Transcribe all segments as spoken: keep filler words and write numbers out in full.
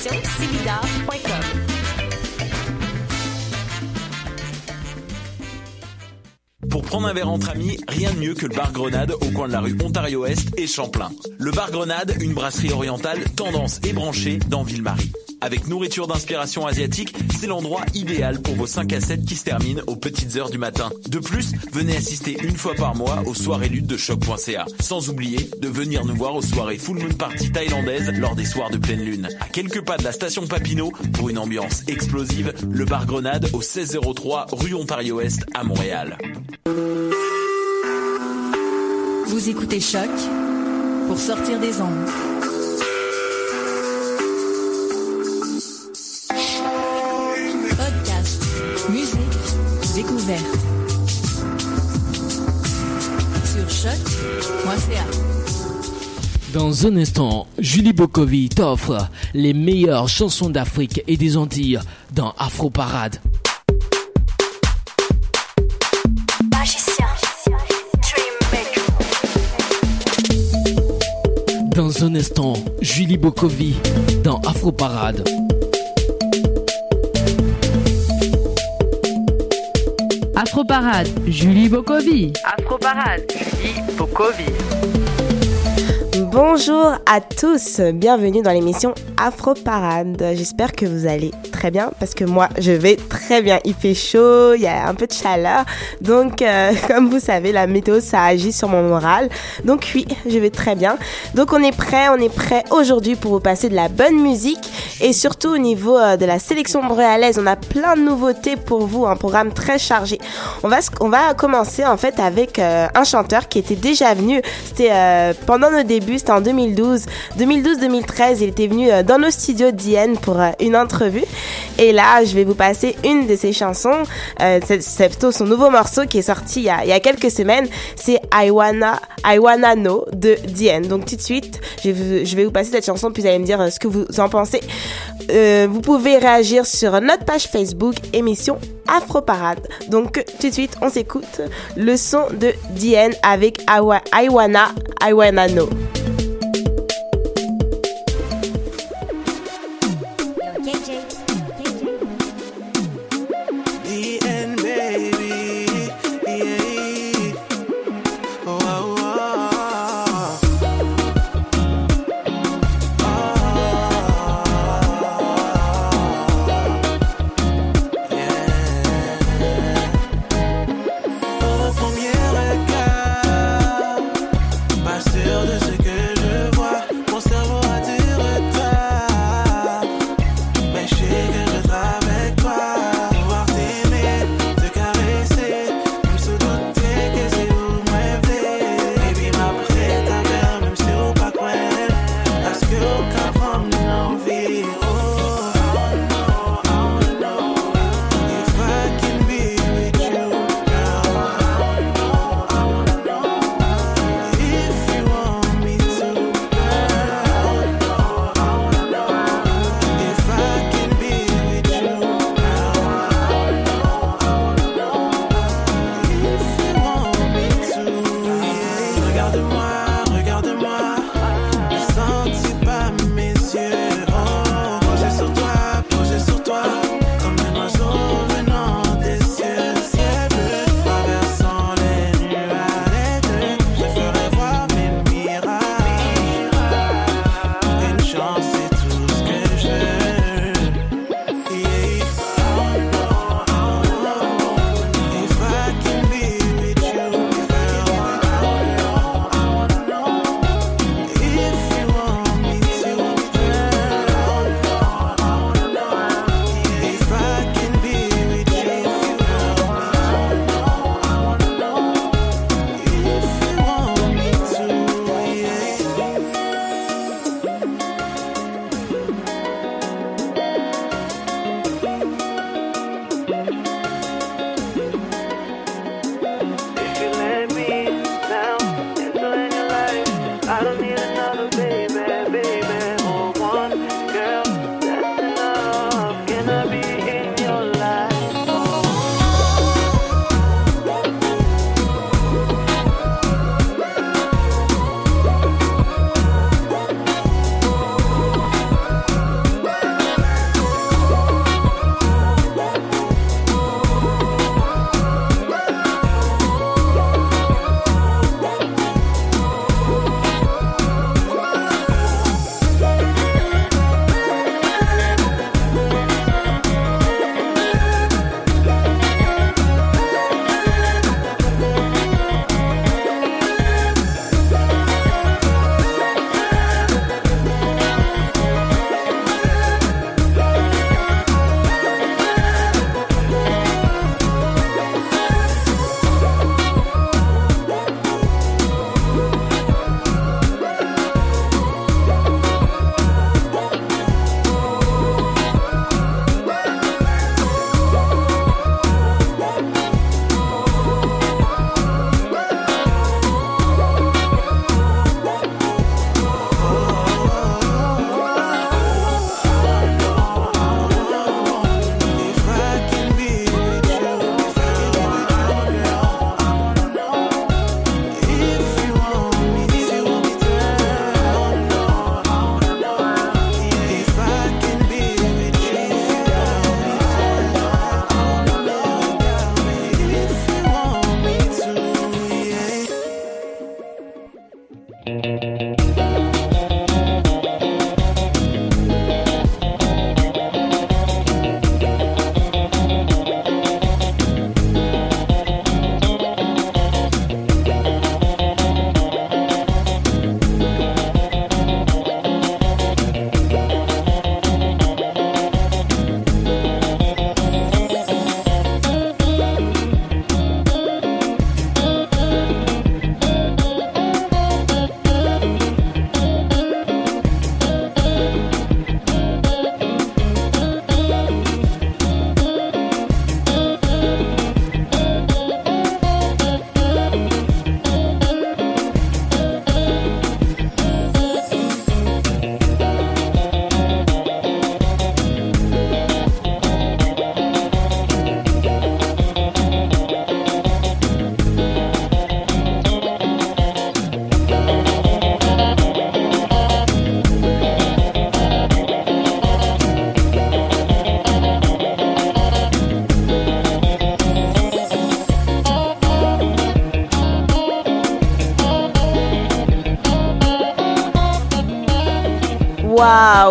l'application cibidar point com. Pour prendre un verre entre amis, rien de mieux que le bar Grenade au coin de la rue Ontario-Est et Champlain. Le bar Grenade, une brasserie orientale tendance et branchée dans Ville-Marie. Avec nourriture d'inspiration asiatique, c'est l'endroit idéal pour vos cinq à sept qui se terminent aux petites heures du matin. De plus, venez assister une fois par mois aux soirées luttes de choc point c a. Sans oublier de venir nous voir aux soirées Full Moon Party thaïlandaises lors des soirs de pleine lune. À quelques pas de la station Papineau, pour une ambiance explosive, le bar Grenade au seize zéro trois rue Ontario-Est à Montréal. Vous écoutez Choc pour sortir des ondes. Podcast, musique, découverte. Sur choc point c a. Dans un instant, Julie Bokovi t'offre les meilleures chansons d'Afrique et des Antilles dans Afro Parade. Dans un instant, Julie Bokovi dans Afro Parade. Afro Parade, Julie Bokovi. Afro Parade, Julie Bokovi. Bonjour à tous, bienvenue dans l'émission Afro Parade. J'espère que vous allez très bien parce que moi je vais très bien. Il fait chaud, il y a un peu de chaleur, donc euh, comme vous savez la météo ça agit sur mon moral. Donc oui, je vais très bien. Donc on est prêt, on est prêt aujourd'hui pour vous passer de la bonne musique et surtout au niveau euh, de la sélection montréalaise, on a plein de nouveautés pour vous, un programme très chargé. On va on va commencer en fait avec euh, un chanteur qui était déjà venu. C'était euh, pendant nos débuts. C'était en deux mille douze. deux mille douze deux mille treize, il était venu dans nos studios d'I N pour une entrevue. Et là, je vais vous passer une de ses chansons. Euh, c'est, c'est plutôt son nouveau morceau qui est sorti il y a, il y a quelques semaines. C'est I Wanna, I Wanna Know de d'I N. Donc tout de suite, je vais, je vais vous passer cette chanson puis vous allez me dire ce que vous en pensez. Euh, vous pouvez réagir sur notre page Facebook, émission Afro Parade. Donc tout de suite, on s'écoute le son de d'I N avec I, wa- I Wanna, I Wanna Know. Mon cerveau a du retard, mais j'ai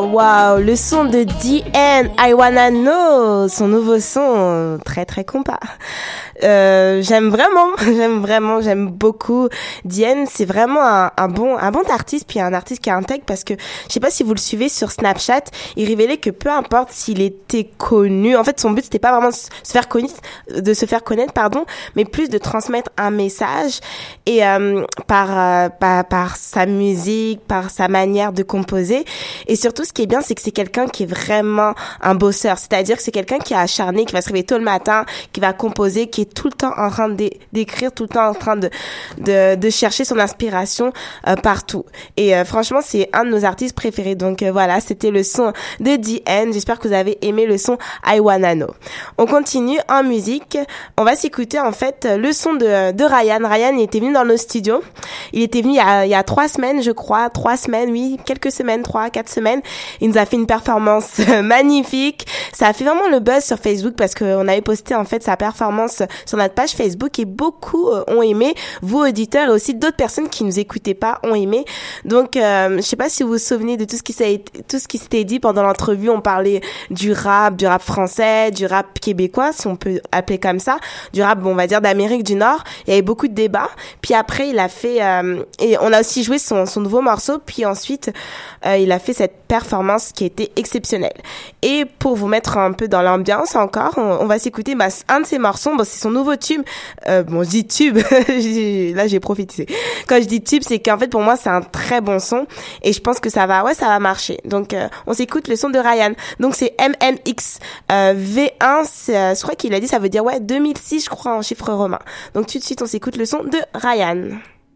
waouh, le son de D N, I Wanna Know, son nouveau son, très très compas. Euh, j'aime vraiment, j'aime vraiment, j'aime beaucoup D N. C'est vraiment un, un bon, un bon artiste, puis un artiste qui est intègre parce que je sais pas si vous le suivez sur Snapchat, il révélait que peu importe s'il était connu, en fait son but c'était pas vraiment de se faire connaître, de se faire connaître, pardon, mais plus de transmettre un message et euh, par, euh, par par sa musique, par sa manière de composer et surtout ce qui est bien c'est que c'est quelqu'un qui est vraiment un bosseur, c'est-à-dire que c'est quelqu'un qui est acharné, qui va se réveiller tôt le matin, qui va composer, qui est tout le temps en train d'écrire, tout le temps en train de de, de chercher son inspiration euh, partout. Et euh, franchement, c'est un de nos artistes préférés. Donc euh, voilà, c'était le son de D N. J'espère que vous avez aimé le son I Wanna Know. On continue en musique. On va s'écouter en fait le son de de Ryan. Ryan il était venu dans nos studios. Il était venu il y a, il y a trois semaines, je crois, trois semaines, oui, quelques semaines, trois, quatre semaines. Il nous a fait une performance magnifique. Ça a fait vraiment le buzz sur Facebook parce qu'on avait posté en fait sa performance sur notre page Facebook et beaucoup euh, ont aimé, vous auditeurs et aussi d'autres personnes qui nous écoutaient pas ont aimé. Donc euh, je sais pas si vous vous souvenez de tout ce qui s'est tout ce qui s'était dit pendant l'entrevue, on parlait du rap, du rap français, du rap québécois si on peut appeler comme ça, du rap bon, on va dire d'Amérique du Nord. Il y avait beaucoup de débats. Puis après il a fait euh, et on a aussi joué son son nouveau morceau puis ensuite euh, il a fait cette performance qui était exceptionnelle. Et pour vous mettre un peu dans l'ambiance encore, on, on va s'écouter bah, un de ses morceaux, bon, c'est son nouveau tube. Euh, bon, je dis tube, là j'ai profité. Quand je dis tube, c'est qu'en fait pour moi c'est un très bon son et je pense que ça va, ouais, ça va marcher. Donc euh, on s'écoute le son de Ryan. Donc c'est M M X euh, V un, euh, je crois qu'il a dit, ça veut dire ouais deux mille six, je crois en chiffre romain. Donc tout de suite on s'écoute le son de Ryan.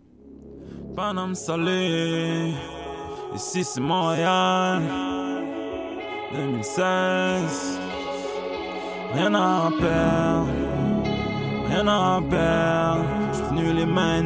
Paname salé, ici c'est Montréal, deux mille seize, rien à perdre. Rien à perdre, je suis venu les mains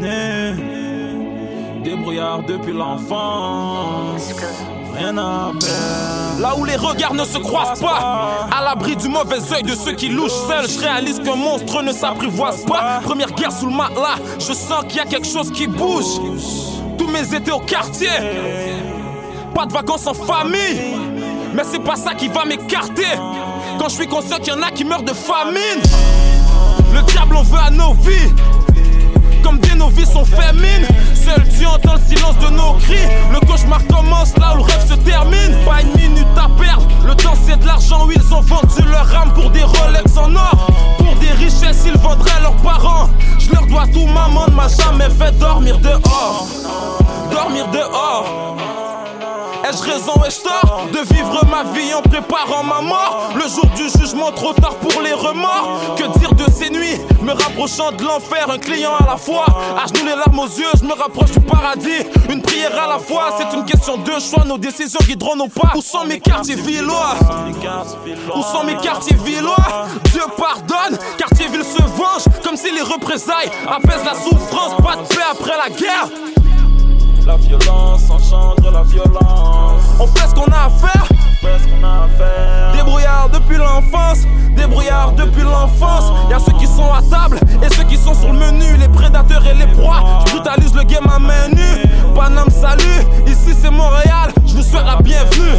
nues, débrouillard depuis l'enfance. Rien à perdre. Là où les regards ne se croisent pas, à l'abri du mauvais œil de ceux qui louchent seuls, je réalise qu'un monstre ne s'apprivoise pas. Première guerre sous le matelas, je sens qu'il y a quelque chose qui bouge. Tous mes étés au quartier, pas de vacances en famille, mais c'est pas ça qui va m'écarter. Quand je suis conscient qu'il y en a qui meurent de famine. Le diable en veut à nos vies, comme des nos vies sont fémines. Seul Dieu entend le silence de nos cris. Le cauchemar commence là où le rêve se termine. Pas une minute à perdre, le temps c'est de l'argent. Oui, ils ont vendu leur âme pour des Rolex en or. Pour des richesses, ils vendraient leurs parents. Je leur dois tout, maman ne m'a jamais fait dormir dehors. Dormir dehors. Ai-je raison, ai-je tort de vivre ma vie en préparant ma mort? Le jour du jugement, trop tard pour les remords. Que dire de ces nuits, me rapprochant de l'enfer, un client à la fois. À genoux les larmes aux yeux, je me rapproche du paradis. Une prière à la fois, c'est une question de choix. Nos décisions guideront nos pas. Où sont mes quartiers villois? Où sont mes quartiers villois? Dieu pardonne, quartier-ville se venge. Comme si les représailles apaisent la souffrance. Pas de paix après la guerre. La violence engendre la violence. On fait ce qu'on a à faire. On fait ce qu'on a à faire. Débrouillard depuis l'enfance. Débrouillard depuis l'enfance. Y'a ceux qui sont à table et ceux qui sont sur le menu. Les prédateurs et les proies. Je brutalise le game à main nue. Paname salut, ici c'est Montréal. Je vous souhaite la bienvenue.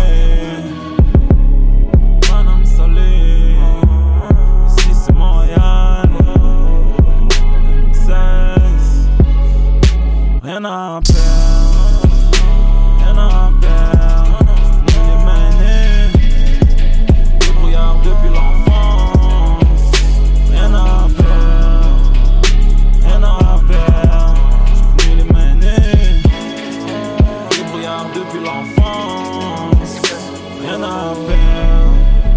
Paname salut, ici c'est Montréal. deux mille seize, rien à perdre. Depuis l'enfance, rien à perdre, rien à perdre. Je suis les mains nues, débrouillard depuis l'enfance, rien à perdre.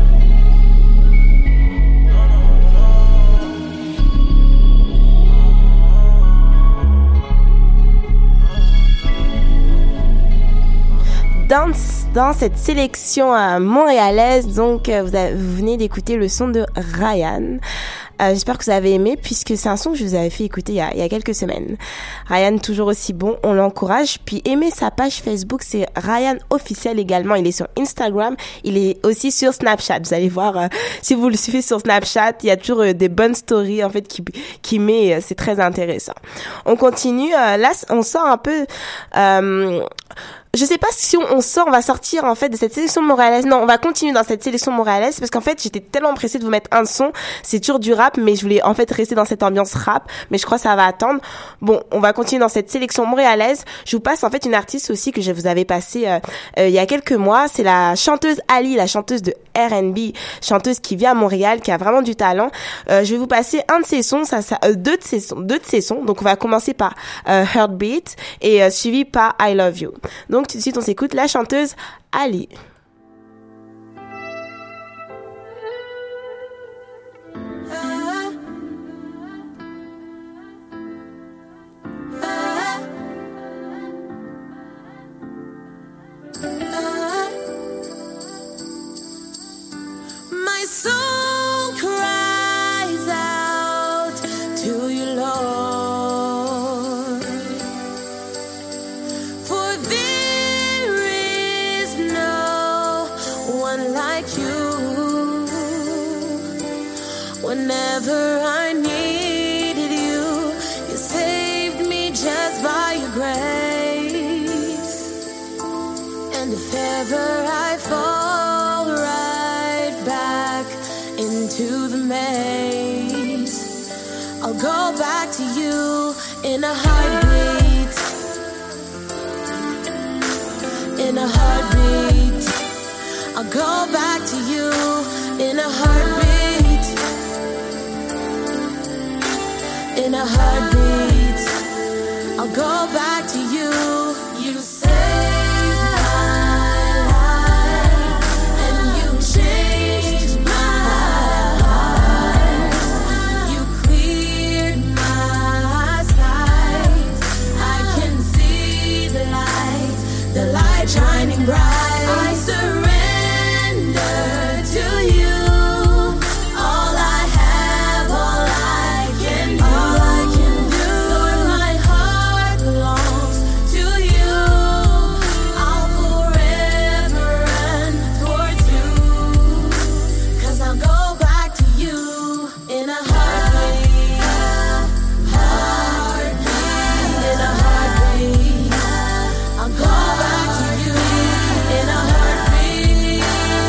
Dans, dans cette sélection euh, montréalaise, donc euh, vous, avez, vous venez d'écouter le son de Ryan. Euh, j'espère que vous avez aimé puisque c'est un son que je vous avais fait écouter il y a, il y a quelques semaines. Ryan toujours aussi bon, on l'encourage. Puis aimez sa page Facebook, c'est Ryan Officiel également. Il est sur Instagram, il est aussi sur Snapchat. Vous allez voir, euh, si vous le suivez sur Snapchat, il y a toujours euh, des bonnes stories en fait qui qui met, euh, c'est très intéressant. On continue. Euh, là, on sort un peu. Euh, je sais pas si on, on sort, on va sortir en fait de cette sélection montréalaise. Non, on va continuer dans cette sélection montréalaise parce qu'en fait, j'étais tellement pressée de vous mettre un son. C'est toujours du rap, mais je voulais en fait rester dans cette ambiance rap. Mais je crois que ça va attendre. Bon, on va continuer dans cette sélection montréalaise. Je vous passe en fait une artiste aussi que je vous avais passée euh, euh, il y a quelques mois. C'est la chanteuse Ali, la chanteuse de R and B, chanteuse qui vit à Montréal, qui a vraiment du talent. Euh, je vais vous passer un de ses sons, ça, ça euh, deux de ses sons, deux de ses sons. Donc on va commencer par euh, Heartbeat et euh, suivi par I Love You. Donc tout de suite on s'écoute la chanteuse Ali. My soul cries out to you, Lord, for there is no one like you. Whenever I needed you, you saved me just by your grace. And if ever I fall right back into the maze, I'll go back to you in a heartbeat, in a heartbeat. I'll go back to you in a heartbeat, in a heartbeat. I'll go back to you. You saved my life and you changed my heart. You cleared my sight. I can see the light, the light shining bright. I surrender to you. All I have, all I can do. All I can do. Lord, my heart belongs to you. I'll forever run towards you. 'Cause I'll go back to you in a heartbeat. Heartbeat. In a heartbeat. I'll go back to you in a heartbeat.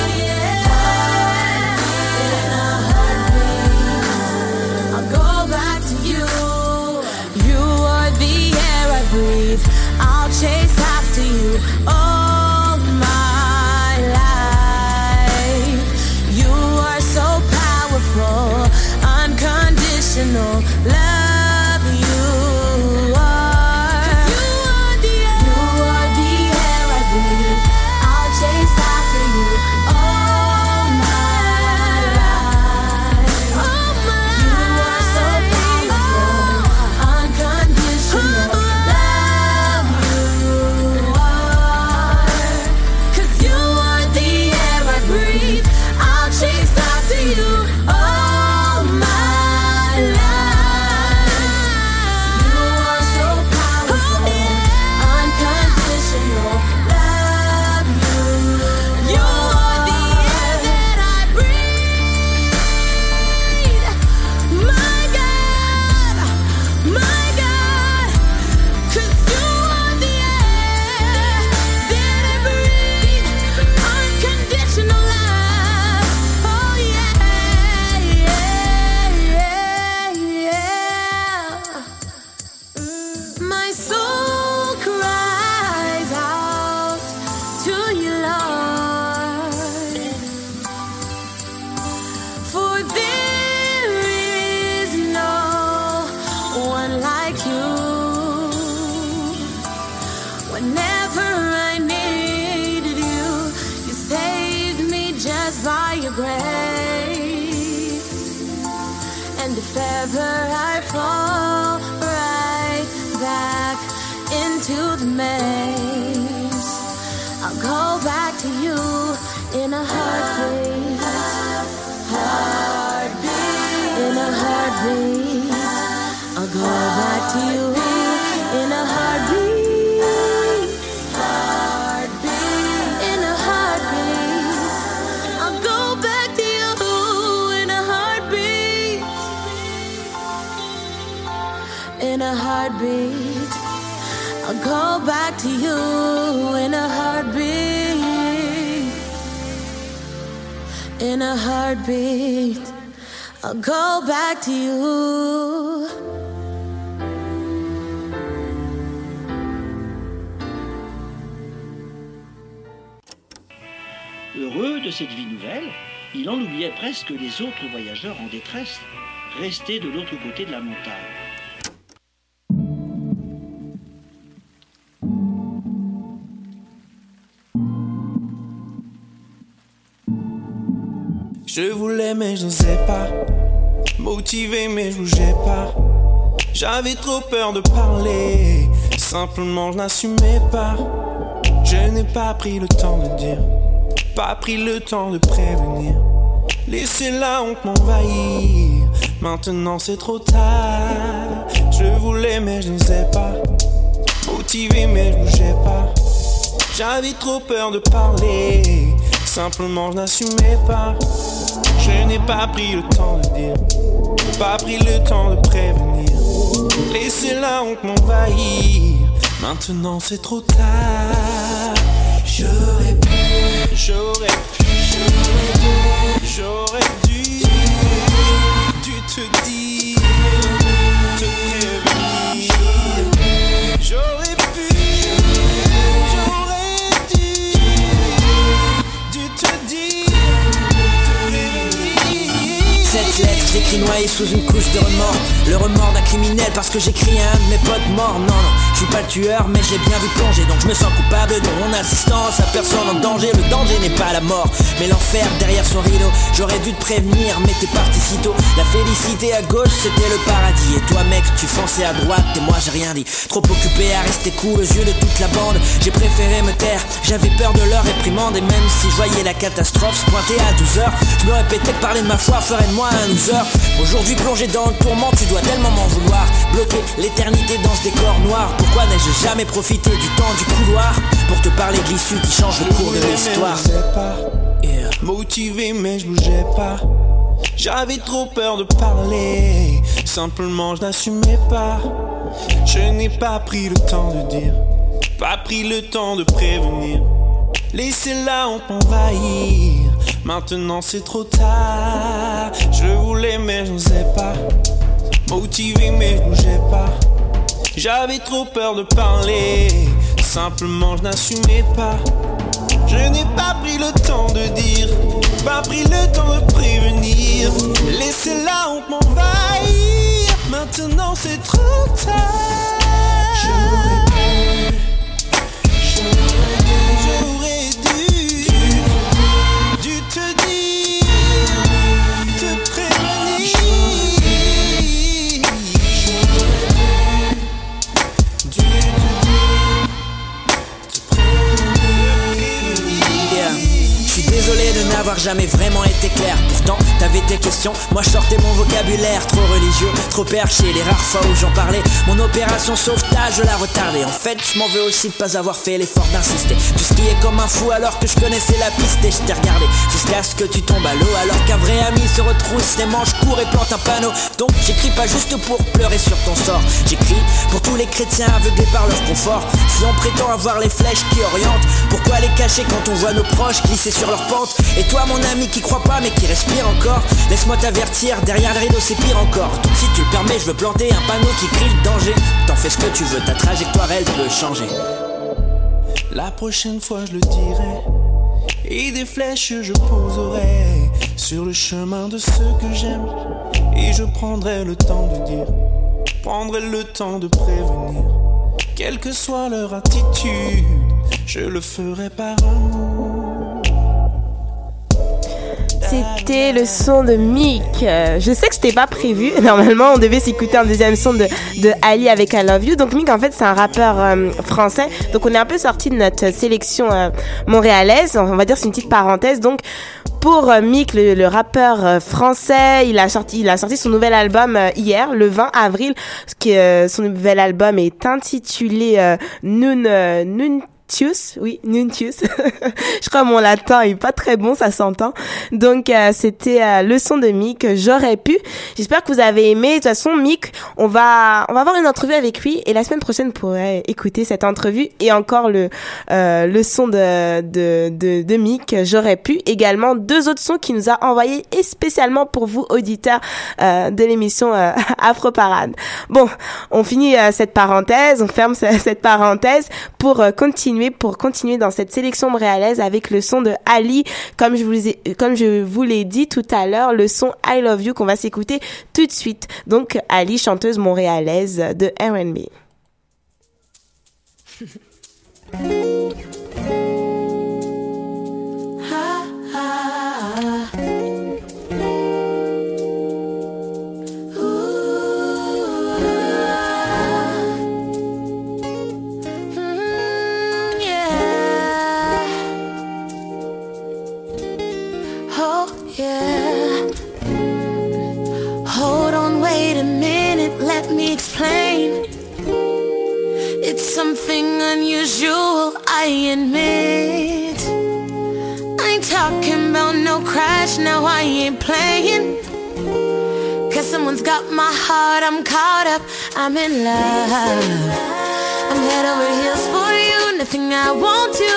In a heartbeat. I'll go back to you. You are the air I breathe. I'll chase after you all my life. You are so powerful, unconditional love. You are. 'Cause you are the air. You are the air I breathe. I'll chase after you all my life. All my life. You are so powerful, unconditional love. You are. 'Cause you are the air I breathe. I'll chase after you all my life. You are so powerful, unconditional love. You, you are the air that I breathe. My God, my God, 'cause you are the air that I breathe. Unconditional love. Oh yeah, yeah, yeah, yeah. My soul cries out to you, Lord, for there is no one like you. Whenever I needed you, you saved me just by your grace. And if ever I fall right back into the maze, I'll go back to you in a heartbeat. Heartbeat. In a heartbeat. I'll go back to you in a heartbeat. Heartbeat. In a heartbeat. I'll go back to you in a heartbeat. In a heartbeat. I'll I'll go back to you in a heartbeat. In a heartbeat, I'll go back to you. Heureux de cette vie nouvelle, il en oubliait presque les autres voyageurs en détresse, restés de l'autre côté de la montagne. Je voulais mais je n'osais pas, motivé mais je bougeais pas. J'avais trop peur de parler, simplement je n'assumais pas. Je n'ai pas pris le temps de dire, pas pris le temps de prévenir. Laissez la honte m'envahir, maintenant c'est trop tard. Je voulais mais je n'osais pas, motivé mais je bougeais pas. J'avais trop peur de parler, simplement je n'assumais pas. Je n'ai pas pris le temps de dire, pas pris le temps de prévenir. Laissez la honte m'envahir, maintenant c'est trop tard. J'aurais pu, j'aurais pu, j'aurais dû, j'aurais dû, dû te dire, te prévenir. J'aurais pu, j'aurais dû, dû te dire. Cette lettre, j'écris noyée sous une couche de remords. Le remords d'un criminel parce que j'écris à un de mes potes morts. Non, non, je suis pas le tueur mais j'ai bien vu plonger. Donc je me sens coupable de mon assistance à personne en danger. Le danger n'est pas la mort mais l'enfer derrière son rideau. J'aurais dû te prévenir mais t'es parti si tôt. La félicité à gauche c'était le paradis. Et toi mec tu fonçais à droite et moi j'ai rien dit. Trop occupé à rester cool aux yeux de toute la bande. J'ai préféré me taire, j'avais peur de leur réprimande. Et même si je voyais la catastrophe se pointer à douze heures, je me répétais que parler de ma foi ferait de moi un loser. Aujourd'hui plongé dans le tourment, tu dois tellement m'en vouloir. Bloquer l'éternité dans ce décor noir. Pourquoi n'ai-je jamais profité du temps du couloir pour te parler de l'issue qui change le cours de l'histoire? Yeah. Motivé mais je bougeais pas. J'avais trop peur de parler, simplement je n'assumais pas. Je n'ai pas pris le temps de dire, pas pris le temps de prévenir. Laissez la honte m'envahir, maintenant c'est trop tard. Je voulais mais je n'osais pas, motivé mais je bougeais pas. J'avais trop peur de parler, simplement je n'assumais pas. Je n'ai pas pris le temps de dire, pas pris le temps de prévenir. Laissez la honte m'envahir, maintenant c'est trop tard. J'aurais pu, j'aurais dû, j'aurais dû, dû te dire, te prévenir. J'aurais dû, dû te dire, te prévenir. Je suis désolé de n'avoir jamais vraiment été clair. Pourtant, t'avais tes questions, moi je sortais mon vocabulaire. Trop religieux, trop perché, les rares fois où j'en parlais. Mon opération sauvetage, je la retardais. En fait, je m'en veux aussi de pas avoir fait l'effort d'insister. Tu skiais comme un fou alors que je connaissais la piste. Et je t'ai regardé jusqu'à ce que tu tombes à l'eau. Alors qu'un vrai ami se retrousse les manches, court et plante un panneau. Donc j'écris pas juste pour pleurer sur ton sort. J'écris pour tous les chrétiens aveuglés par leur confort. Si on prétend avoir les flèches qui orientent, pourquoi les cacher quand on voit nos proches glisser sur leur pente? Et toi mon ami qui croit pas mais qui respire encore, laisse-moi t'avertir, derrière le rideau c'est pire encore. Donc si tu le permets je veux planter un panneau qui crie le danger. T'en fais ce que tu veux, ta trajectoire elle peut changer. La prochaine fois je le dirai, et des flèches je poserai sur le chemin de ceux que j'aime. Et je prendrai le temps de dire, prendrai le temps de prévenir. Quelle que soit leur attitude, je le ferai par amour. C'était le son de Meek. Euh, je sais que c'était pas prévu. Normalement, on devait s'écouter un deuxième son de, de Ali avec I Love You. Donc Meek, en fait, c'est un rappeur euh, français. Donc on est un peu sorti de notre sélection euh, montréalaise. On va dire c'est une petite parenthèse. Donc pour euh, Meek, le, le rappeur euh, français, il a sorti, il a sorti son nouvel album euh, hier, le vingt avril. Que, euh, son nouvel album est intitulé euh, Noon, euh, Noon Nuntius, oui, Nuntius. Je crois que mon latin est pas très bon, ça s'entend. Donc, euh, c'était euh, le son de Meek, J'aurais pu. J'espère que vous avez aimé. De toute façon, Meek, on va, on va avoir une entrevue avec lui et la semaine prochaine, vous pourrez écouter cette entrevue et encore le, euh, le son de, de, de, de Meek, J'aurais pu. Également, deux autres sons qu'il nous a envoyés et spécialement pour vous, auditeurs, euh, de l'émission, euh, Afro Parade. Bon, on finit euh, cette parenthèse, on ferme cette parenthèse pour euh, continuer, pour continuer dans cette sélection montréalaise avec le son de Ali, comme je vous ai, comme je vous l'ai dit tout à l'heure, le son I Love You qu'on va s'écouter tout de suite. Donc Ali, chanteuse montréalaise de R and B. Yeah. Hold on, wait a minute, let me explain. It's something unusual, I admit. I ain't talking about no crash, now I ain't playing. Cause someone's got my heart, I'm caught up, I'm in love. I'm head over heels for you, nothing I won't do.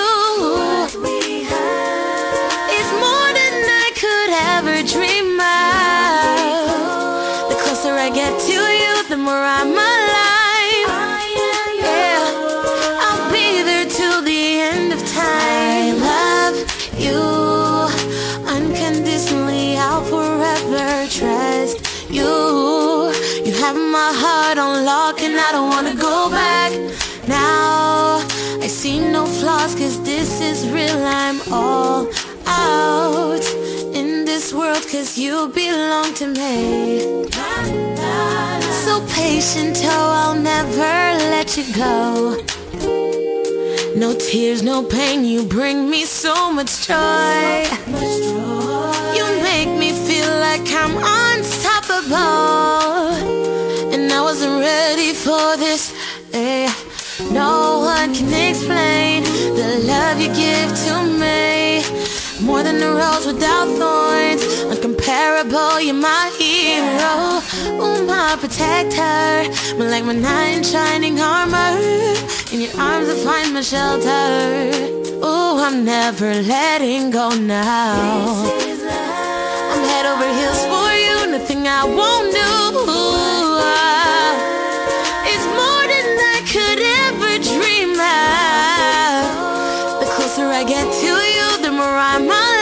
Ever dream of. The closer I get to you, the more I'm alive. Yeah, I'll be there till the end of time. I love you unconditionally, I'll forever trust you. You have my heart on lock and I don't wanna go back now. I see no flaws cause this is real, I'm all out in this world cause you belong to me. So patient, oh, I'll never let you go. No tears, no pain, you bring me so much joy. You make me feel like I'm unstoppable. And I wasn't ready for this, eh. No one can explain the love you give to me. More than a rose without thorns, uncomparable, you're my hero. Ooh, my protector, but like my knight in shining armor. In your arms I find my shelter. Ooh, I'm never letting go now. I'm head over heels for you, nothing I won't do. It's more than I could ever dream of. The closer I get to you, the more I'm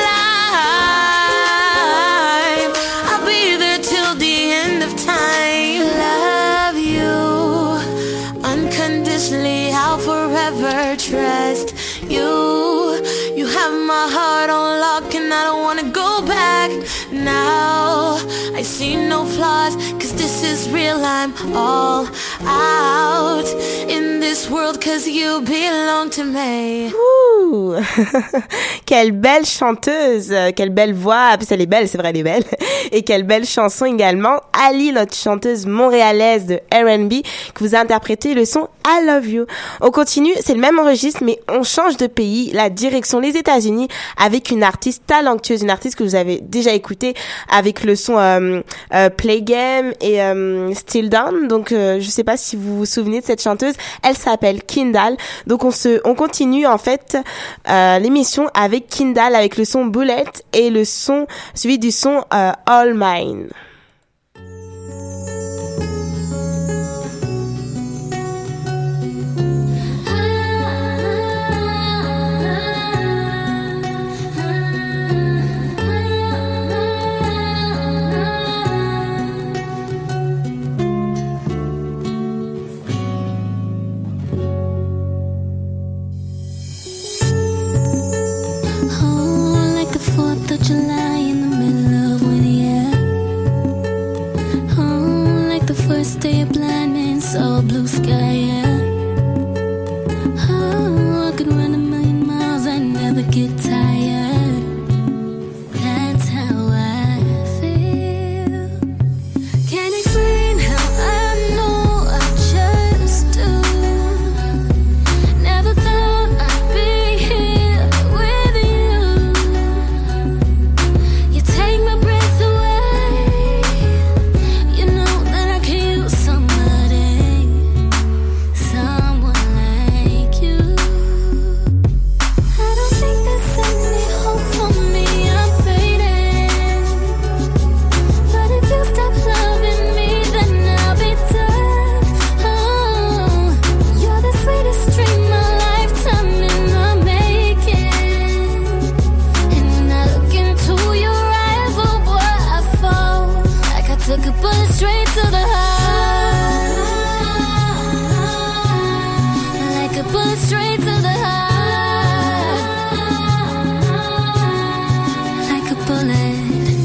alive. I'll be there till the end of time. Love you unconditionally, I'll forever trust you. You have my heart on lock and I don't wanna go back now. I see no flaws cause this is real, I'm all out in this world cause you belong to me. Ouh. Quelle belle chanteuse, quelle belle voix, en plus elle est belle, c'est vrai elle est belle, et quelle belle chanson également. Ali, notre chanteuse montréalaise de R and B, qui vous a interprété le son I Love You. On continue, c'est le même registre mais on change de pays, la direction les États-Unis avec une artiste talentueuse, une artiste que vous avez déjà écoutée avec le son euh, euh, Play Game et euh, Still Down. Donc euh, je sais pas si vous vous souvenez de cette chanteuse, elle s'appelle Kindal. Donc on se on continue en fait euh, l'émission avec Kindal avec le son Bullet et le son celui du son euh, All Mine. July in the middle of winter, yeah. straight to the heart. Like a bullet straight to the heart. Like a bullet.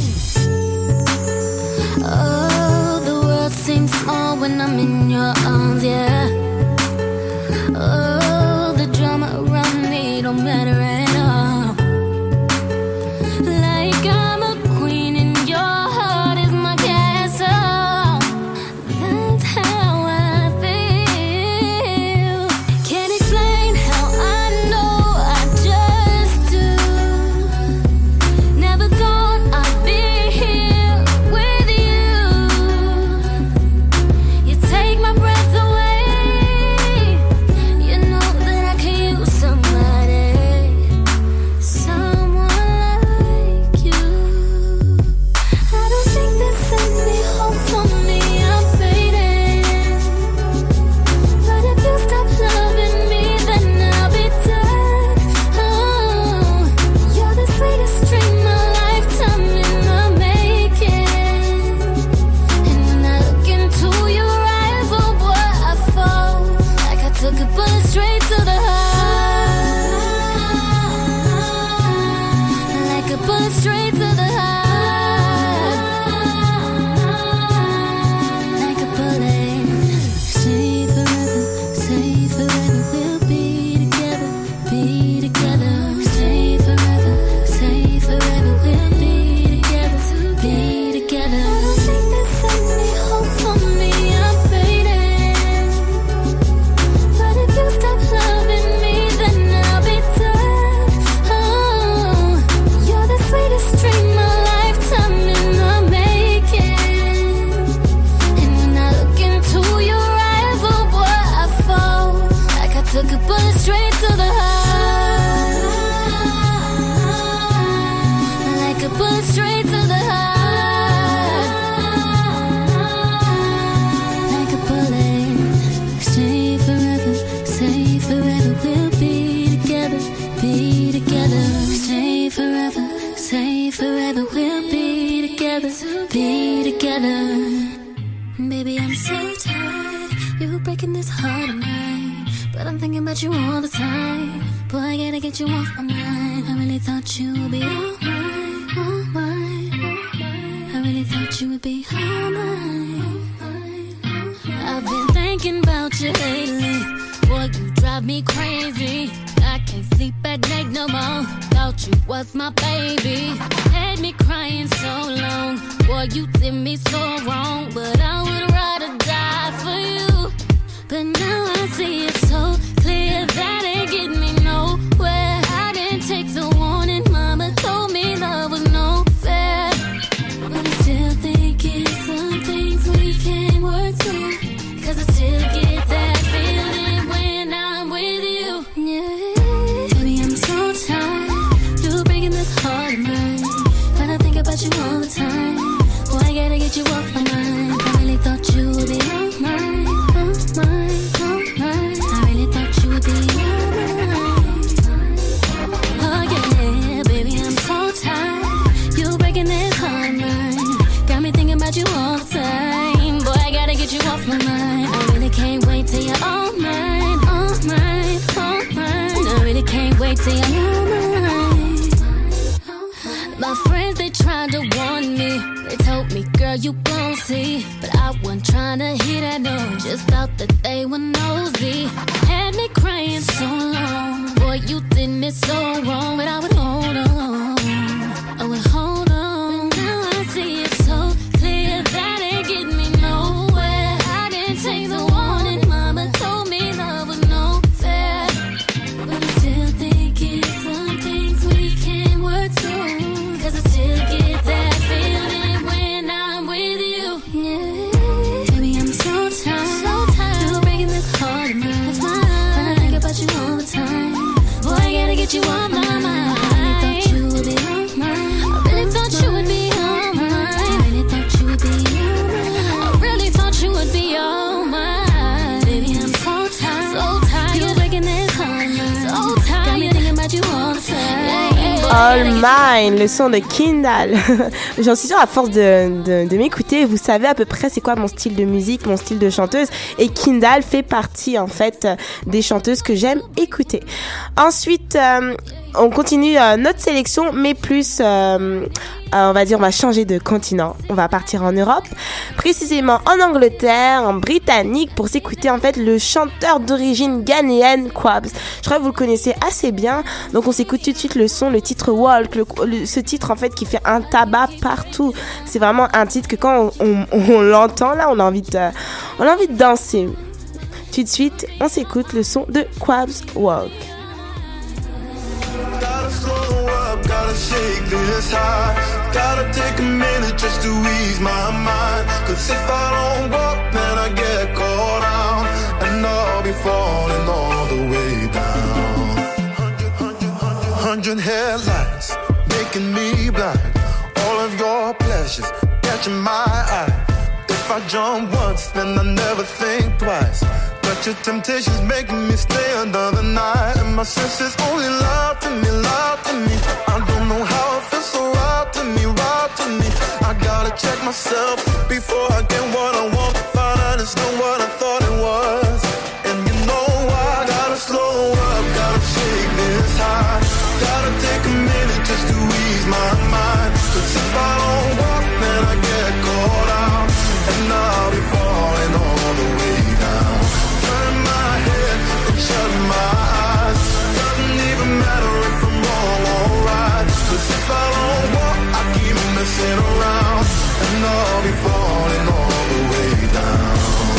Oh, the world seems small when I'm in your arms, yeah. Oh, the drama around me don't matter at all. Like I'm a queen and your heart is my castle. That's how I feel. Can't explain how I know, I just do. Never thought I'd be here with you. You take my breath away. You know that I could use somebody, someone like you. I don't think there's any hope for me, I'm fading. But if you stop loving me, then I'll be dead. Oh, you're the sweetest dream my lifetime in the making. And when I look into your eyes, oh boy, I fall. Like I took a bullet straight to the heart. Like a bullet straight to the heart. Like a bullet. Stay forever, stay forever. We'll be together, be together. Stay forever, stay forever. We'll be together, be together. I don't think there's any hope for me, I'm fading. But if you stop loving me, then I'll be dead. Oh, you're the sweetest dream my lifetime in the making. And when I look into your eyes, oh boy, I fall. Like I took a bullet straight to the heart. Like a bullet straight to the heart. Like a bullet. Stay forever, stay forever. We'll be together, be together. Stay forever, stay forever. We'll be together, be together. Baby, I'm so tired. You breaking this heart of mine. But I'm thinking about you all the time. Boy, I gotta get you off my mind. I really thought you would be all mine, all mine. I really thought you would be all mine. I've been thinking about you lately. Boy, you drive me crazy. I can't sleep at night no more. Thought you was my baby. Had me crying so long. Boy, you did me so wrong. But I would rather die for you. But now I see it so clear that ain't getting me nowhere. I didn't take the warning. Mama told me love was no fair. But I still think it's some things we can work through. Cause I still get that feeling when I'm with you. Yeah. Baby, I'm so tired. You breaking this heart of mine. But I think about you all the time. Boy, I gotta get you off my mind. I really thought you would be all mine, all mine, all mine. I really thought you would be all mine. Oh yeah, baby, I'm so tired. You breaking this heart of mine. Got me thinking about you all the time. Boy, I gotta get you off my mind. I really can't wait till you're all mine, all mine, all mine. I really can't wait till you're all mine. My friends, they tried to warn me. They told me, girl, you gon' see. But I wasn't trying to hear that, no. Just thought that they were nosy. Had me crying so long. Boy, you did me so wrong. But I would hold on, I would hold on. But now I see it so clear that ain't getting me nowhere. I didn't take the warning. Mama told me love was no fair. But I still think it's some things we can work through. Cause I still get that feeling when I'm with you. Yeah. Baby, I'm so tired. So tired. You're breaking this heart of mine. But I think about you all the time. Boy, I gotta get you off my mind. I really thought you would be all mine. I really thought you would be all mine. I really thought you would be all mine. I really thought you would be all mine. Baby, I'm so tired. So tired. You're breaking this heart of mine. So tired. Got me thinking about you all the time. All Mine, le son de Kindle. J'en suis sûre, à force de, de, de m'écouter, vous savez à peu près c'est quoi mon style de musique, mon style de chanteuse. Et Kindle fait partie, en fait, des chanteuses que j'aime écouter. Ensuite, euh, on continue euh, notre sélection, mais plus, euh, euh, on va dire, on va changer de continent. On va partir en Europe, précisément en Angleterre, en Britannique, pour s'écouter, en fait, le chanteur d'origine ghanéenne, Quabs. Je crois que vous le connaissez assez bien. Donc, on s'écoute tout de suite le son, le titre Walk, le, le, ce titre, en fait, qui fait un tabac partout. C'est vraiment un titre que quand on, on, on l'entend, là, on a envie de, on a envie de danser. Tout de suite, on s'écoute le son de Quabs, Walk. Gotta slow up, gotta shake this high. Gotta take a minute just to ease my mind. Cause if I don't walk, then I get caught out. And I'll be falling all the way down. Hundred, hundred, hundred, hundred headlights making me blind. All of your pleasures catching my eye. If I jump once, then I never think twice. But your temptation's making me stay another night. And my senses only lie to me, lie to me. I don't know how it feels so right to me, right to me. I gotta check myself before I get what I want. Find out it's not what I thought it was. And you know I gotta slow up, gotta shake this high. Gotta take a minute just to ease my mind. Cause if I don't walk, then I get caught out. And I'll be falling all the way down. Turn my head and shut my eyes. Doesn't even matter if I'm wrong or right. Cause if I don't walk, I keep messing around. And I'll be falling all the way down.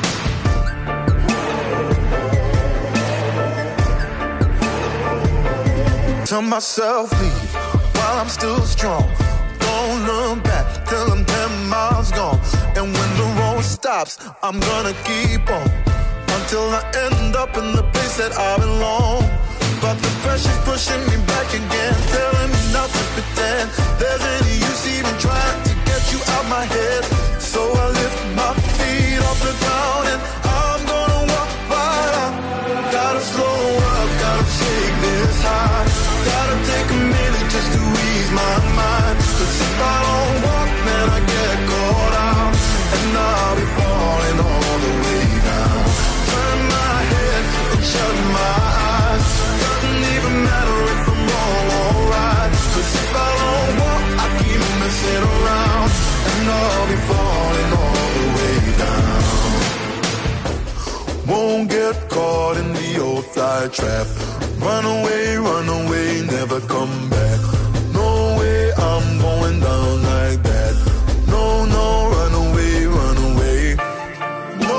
Tell myself leave while I'm still strong. Don't look back till I'm ten miles gone. And when the road stops, I'm gonna keep on until I end up in the place that I belong. But the pressure's pushing me back again, telling me not to pretend there's any use even trying to get you out my head. So I lift my feet off the ground and I'm gonna walk right out. Gotta slow up, gotta shake this high. Gotta take a minute just to ease my mind. Cause if I don't walk, then I get caught out. And I'll be falling all the way down. Turn my head and shut my eyes. Doesn't even matter if I'm wrong or right. Cause if I don't walk, I keep messing around. And I'll be falling all the way down. Won't get caught in the old fly trap. Run away, run away, never come back. No way, I'm going down like that. No, no, run away, run away. No,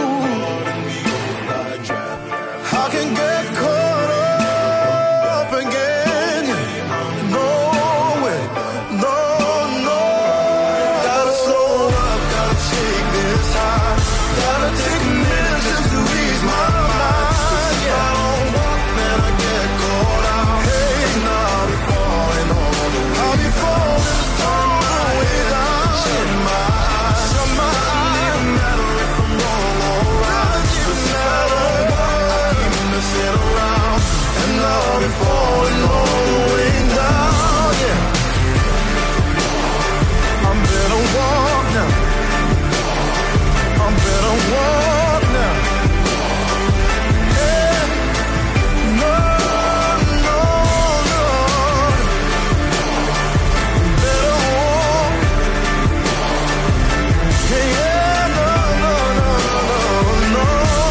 I can get caught up again. No way, no, no. Gotta slow up, gotta shake this high. Gotta take a minute just to ease my mind. Cause if I don't walk, then I get caught out. Hey, and I'll be falling all the way. I'll be falling all the way down. Shut my eyes, shut my eyes. Doesn't even matter if I'm wrong or right. Cause if I don't walk, I keep messing around. And I'll be falling all the way down, yeah. I better walk now. I better walk now. Yeah. No, no, no. Better walk. Yeah, yeah, no, no, no, no,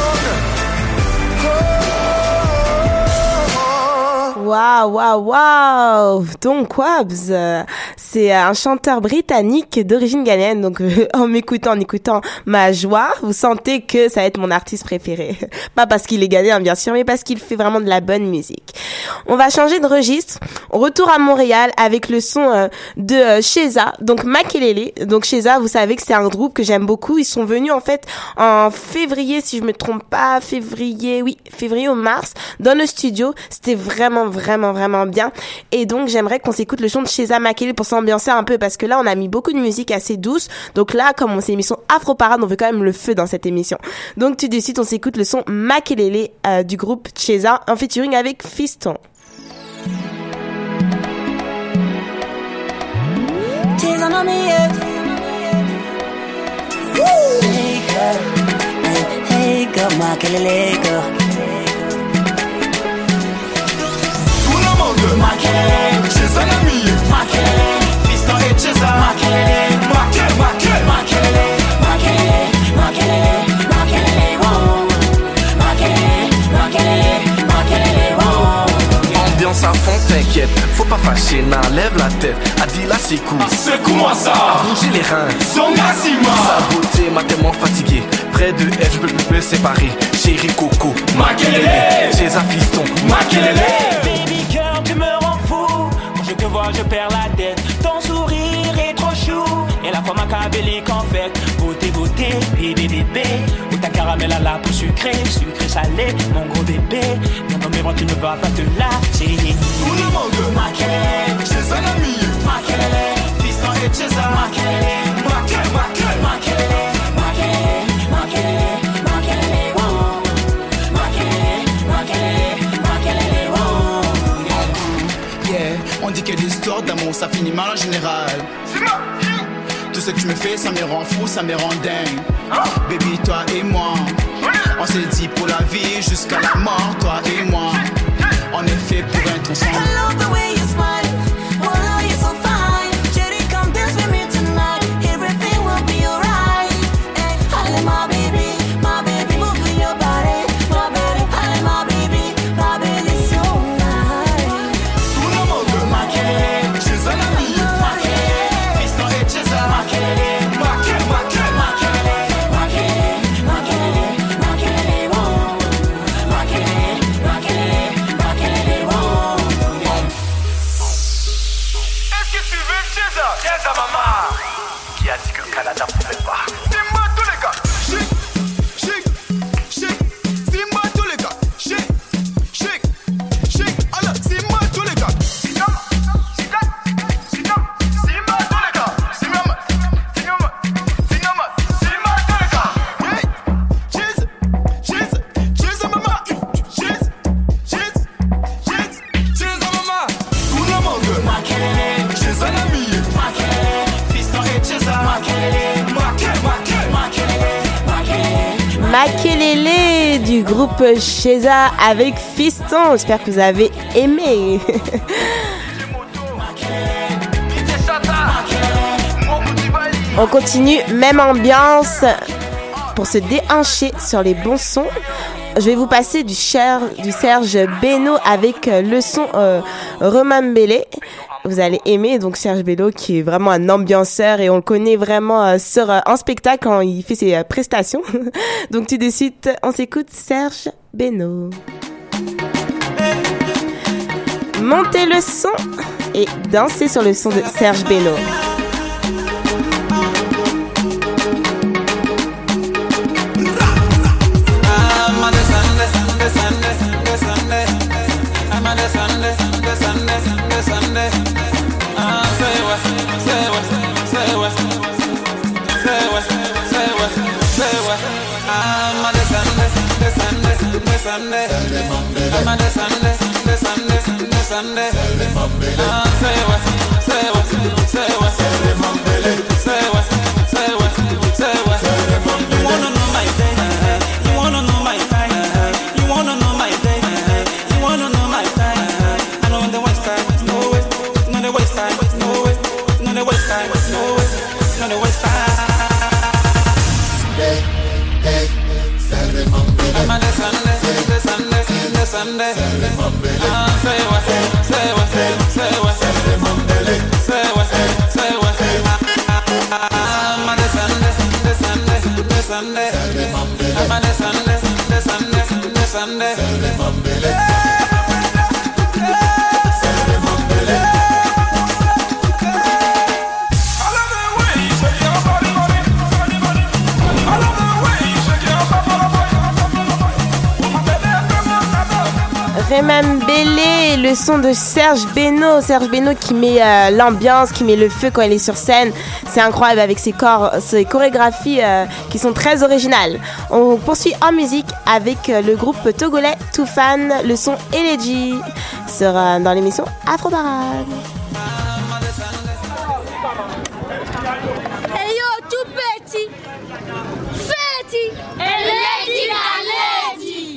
no. Waouh, waouh, waouh! Donc Quabs, euh, c'est un chanteur britannique d'origine ghanéenne. Donc euh, en m'écoutant, en écoutant ma joie, vous sentez que ça va être mon artiste préféré. Pas parce qu'il est ghanéen bien sûr, mais parce qu'il fait vraiment de la bonne musique. On va changer de registre. On retourne à Montréal avec le son euh, de euh, Sheza, donc Makelele. Donc Sheza, vous savez que c'est un groupe que j'aime beaucoup. Ils sont venus en fait en février, si je me trompe pas, février, oui, février ou mars, dans le studio. C'était vraiment, vraiment, vraiment bien. Et donc j'aimerais qu'on s'écoute le son de Sheza Makelele pour s'ambiancer un peu, parce que là on a mis beaucoup de musique assez douce. Donc là, comme c'est une émission Afro Parade, on veut quand même le feu dans cette émission. Donc tout de suite, on s'écoute le son Makelele euh, du groupe Sheza en featuring avec Fiston. chezana mie. Hey girl, hey, hey girl, makelele girl. Tout le monde makelele, chezana mie. Makelele, fiston et cheza. Makelele, makel, makel. Makelele, makelele, makelele, makelele, wow. Makelele, makelele, makelele, wow. Ambiance à fond, t'inquiète, faut pas fâcher, n'enlève la tête. Adila c'est cool, secoue-moi ça. À bouger les reins, Zonga Sima. Sa beauté m'a tellement fatigué. Près de elle, je peux plus me séparer. Chérie Coco, Makelele. Chez un fiston, Makelele. Baby girl, tu me rends fou. Quand je te vois, je perds la tête. Ton sourire est trop chou. Et la forme machiavélique en fait. Beauté, beauté, bébé, bébé. Ou ta caramel à la peau sucrée, sucré, salé, mon gros bébé. Viens dans mes bras, tu ne vas pas te lâcher. Tout le monde Makelele, chez un ami. Makelele, fiston et cheza. Makelele, makel, makel. Makelele, Makelele, Makelele, Makelele, wow. Makelele, Makelele, Makelele, wow. Yeah, on dit que l'histoire d'amour ça finit mal en général. Tout ce que tu me fais ça me rend fou, ça me rend dingue. Hein? Baby toi et moi, on s'est dit pour la vie jusqu'à la mort, toi et moi. On est fait pour être ensemble. I love the way you smile. Oh, no, you're so fine. Jerry, come dance with me tonight. Everything will be alright. Hey, I my baby, my baby, move with your body, my baby. I my baby, my baby, so nice. Tout le monde Makelele, chez un ami. Makelele, fiston et cheza. Makelele, makel, makel. Makelele, Makelele, Makelele, Makelele, wow. Makelele, Makelele, Makelele, wow. Est-ce que tu veux cheza? Cheza maman. Qui a dit que le Canada pouvait pas? Simba tous les gars. Chic, chic, chic. Simba tous les gars. Chic, chic, chic. Alors Simba tous les gars. Simba, Simba, Simba, Simba tous les gars. Simba, Simba, Simba, Simba tous les gars. Hey, cheese, cheese, cheese maman. Cheese, cheese, cheese, cheese maman. Tout le monde. Makelele, Chez un ami. Makelele, Fiston et cheza. Makelele, Makel, makel. Makelele, Makelele. Makelele du groupe Cheza avec Fiston. J'espère que vous avez aimé. On continue, même ambiance pour se déhancher sur les bons sons. Je vais vous passer du, cher, du Serge Beno avec le son euh, Remambele. Vous allez aimer, donc Serge Beno qui est vraiment un ambianceur et on le connaît vraiment euh, sur euh, en spectacle quand il fait ses euh, prestations. Donc tout de suite, on s'écoute Serge Beno. Montez le son et dansez sur le son de Serge Beno. Remambele, le son de Serge Beno. Serge Beno qui met euh, l'ambiance, qui met le feu quand il est sur scène. C'est incroyable avec ses, corps, ses chorégraphies euh, qui sont très originales. On poursuit en musique avec euh, le groupe togolais Toufan, le son Elegy, sera dans l'émission Afro Parade. Hey yo, tout petit, feti, et lady la lady.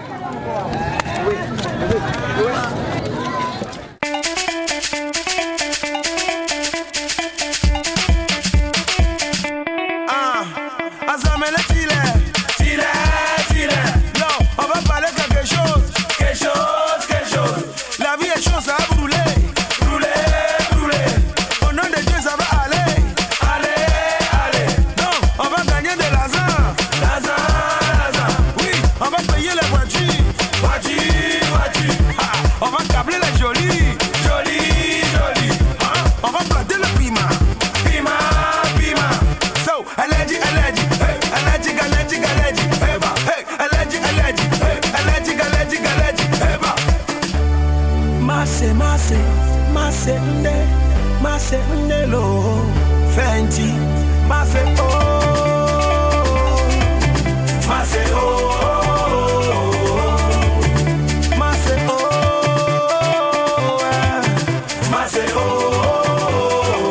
Ah, Azamele Tile, Tile, Tile. Non, on va parler quelque chose, quelque chose, quelque chose. La vie est chose à brûler, brûler, brûler. Au nom de Dieu, ça va aller, aller, aller. Non, on va gagner de l'argent, l'argent, l'argent. Oui, on va payer les voitures, voitures, voitures. Ah, on va câbler les jolies, jolies, jolies. Ah, on va planter le piment, piment, piment. So, allergic, allergic, hey, allergic, allergic, allergic, hey, bah, hey, allergic, allergic, hey, allergic, allergic, allergic, hey, bah. Masse, masse, masse, nde, masse, nde lo, Fenty, masse, oh, masse, oh, masse, oh, masse, oh,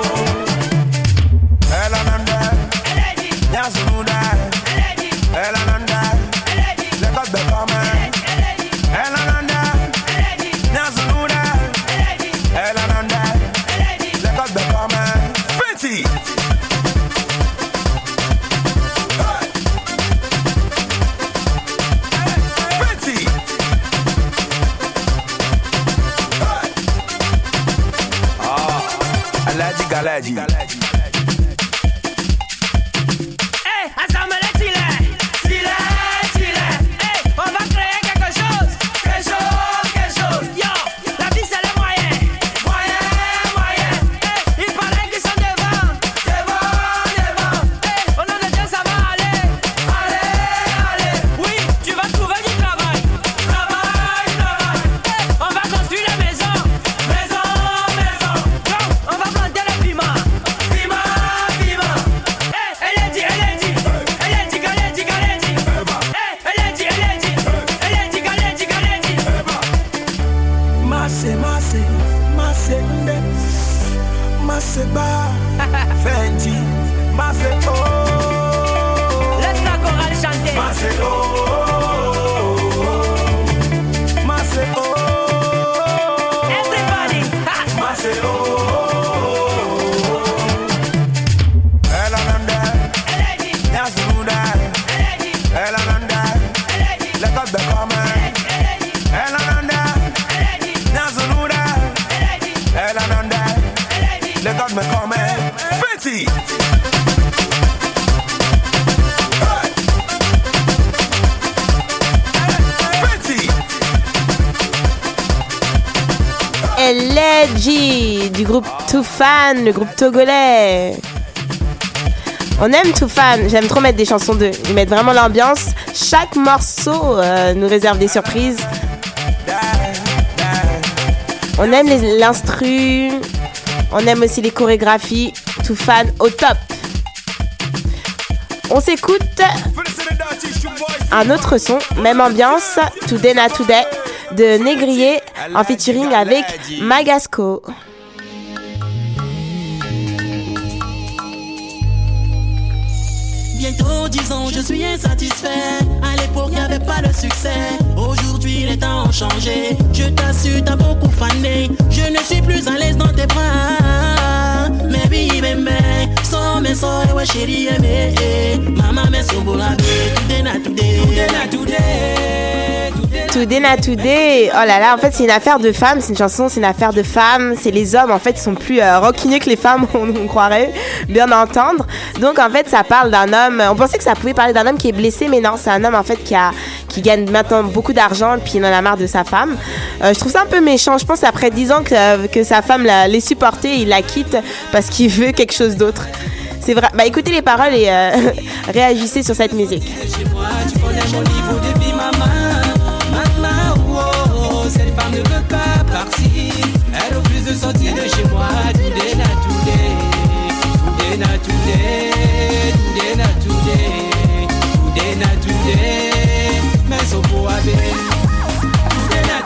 Elananda, Yazumuda, Elananda, let us become Elananda, Yazumuda, Elananda, let us become Fenty. Fenty. Ah, allergic, allergic. Hey, Azamele Tile, Tile, Tile. Hey, on va créer quelque chose, quelque chose, quelque chose. Yo, la vie c'est le moyen, moyen, moyen. Hey, il paraît qu'ils sont devant, devant, devant. Hey, au nom de Dieu ça va aller, aller, aller. Oui, tu vas trouver du travail, travail, travail. Hey, on va construire des maisons, maison, maison. Yo, on va planter le piment, piment, piment. Hey, elle est dit, elle est dit, elle est dit, elle est dit, elle est dit. Hey, elle est dit, elle est dit, elle est dit, elle est dit, elle est dit. Masse, masse, masse, nde, masse ba, Fenty, masse oh. Laisse la chorale chanter. Masse oh, masse oh. Everybody. Masse oh. Elananda, Yazumuda, Elananda, let us become Elananda, Yazumuda, Elananda, let us become Fenty. Fenty. L G du groupe Toufan, le groupe togolais. On aime Toufan, j'aime trop mettre des chansons d'eux. Ils mettent vraiment l'ambiance. Chaque morceau euh, nous réserve des surprises. On aime les- l'instru, on aime aussi les chorégraphies. Toufan au top. On s'écoute un autre son, même ambiance, Today Na Today de Négrier en featuring avec Magasco. Bientôt dix ans, je suis insatisfait. À l'époque, il n'y avait pas de succès. Aujourd'hui, les temps ont changé. Je t'assure, t'as beaucoup fané. Je ne suis plus à l'aise dans tes bras. Mais oui, mais mais, sans mes soeurs, ouais, chérie, mais maman, mais son beau la vie. Tout est na, tout est, tout est na, tout est. Today Na Today, oh là là, en fait c'est une affaire de femmes, c'est une chanson, c'est une affaire de femmes, c'est les hommes en fait qui sont plus euh, rancuniers que les femmes, on, on croirait bien entendre. Donc en fait ça parle d'un homme, on pensait que ça pouvait parler d'un homme qui est blessé, mais non, c'est un homme en fait qui a qui gagne maintenant beaucoup d'argent, puis il en a marre de sa femme. Euh, je trouve ça un peu méchant, je pense après dix ans que, que sa femme l'a, l'ait supporté, il la quitte parce qu'il veut quelque chose d'autre. C'est vrai, bah écoutez les paroles et euh, réagissez sur cette musique. Chez moi, tu connais mon niveau de vie, maman. Maman, oh, oh, cette femme ne veut pas partir. Elle refuse de sortir de chez moi. Today na today, today na today, today na today, today na today. Mais son beau avec today na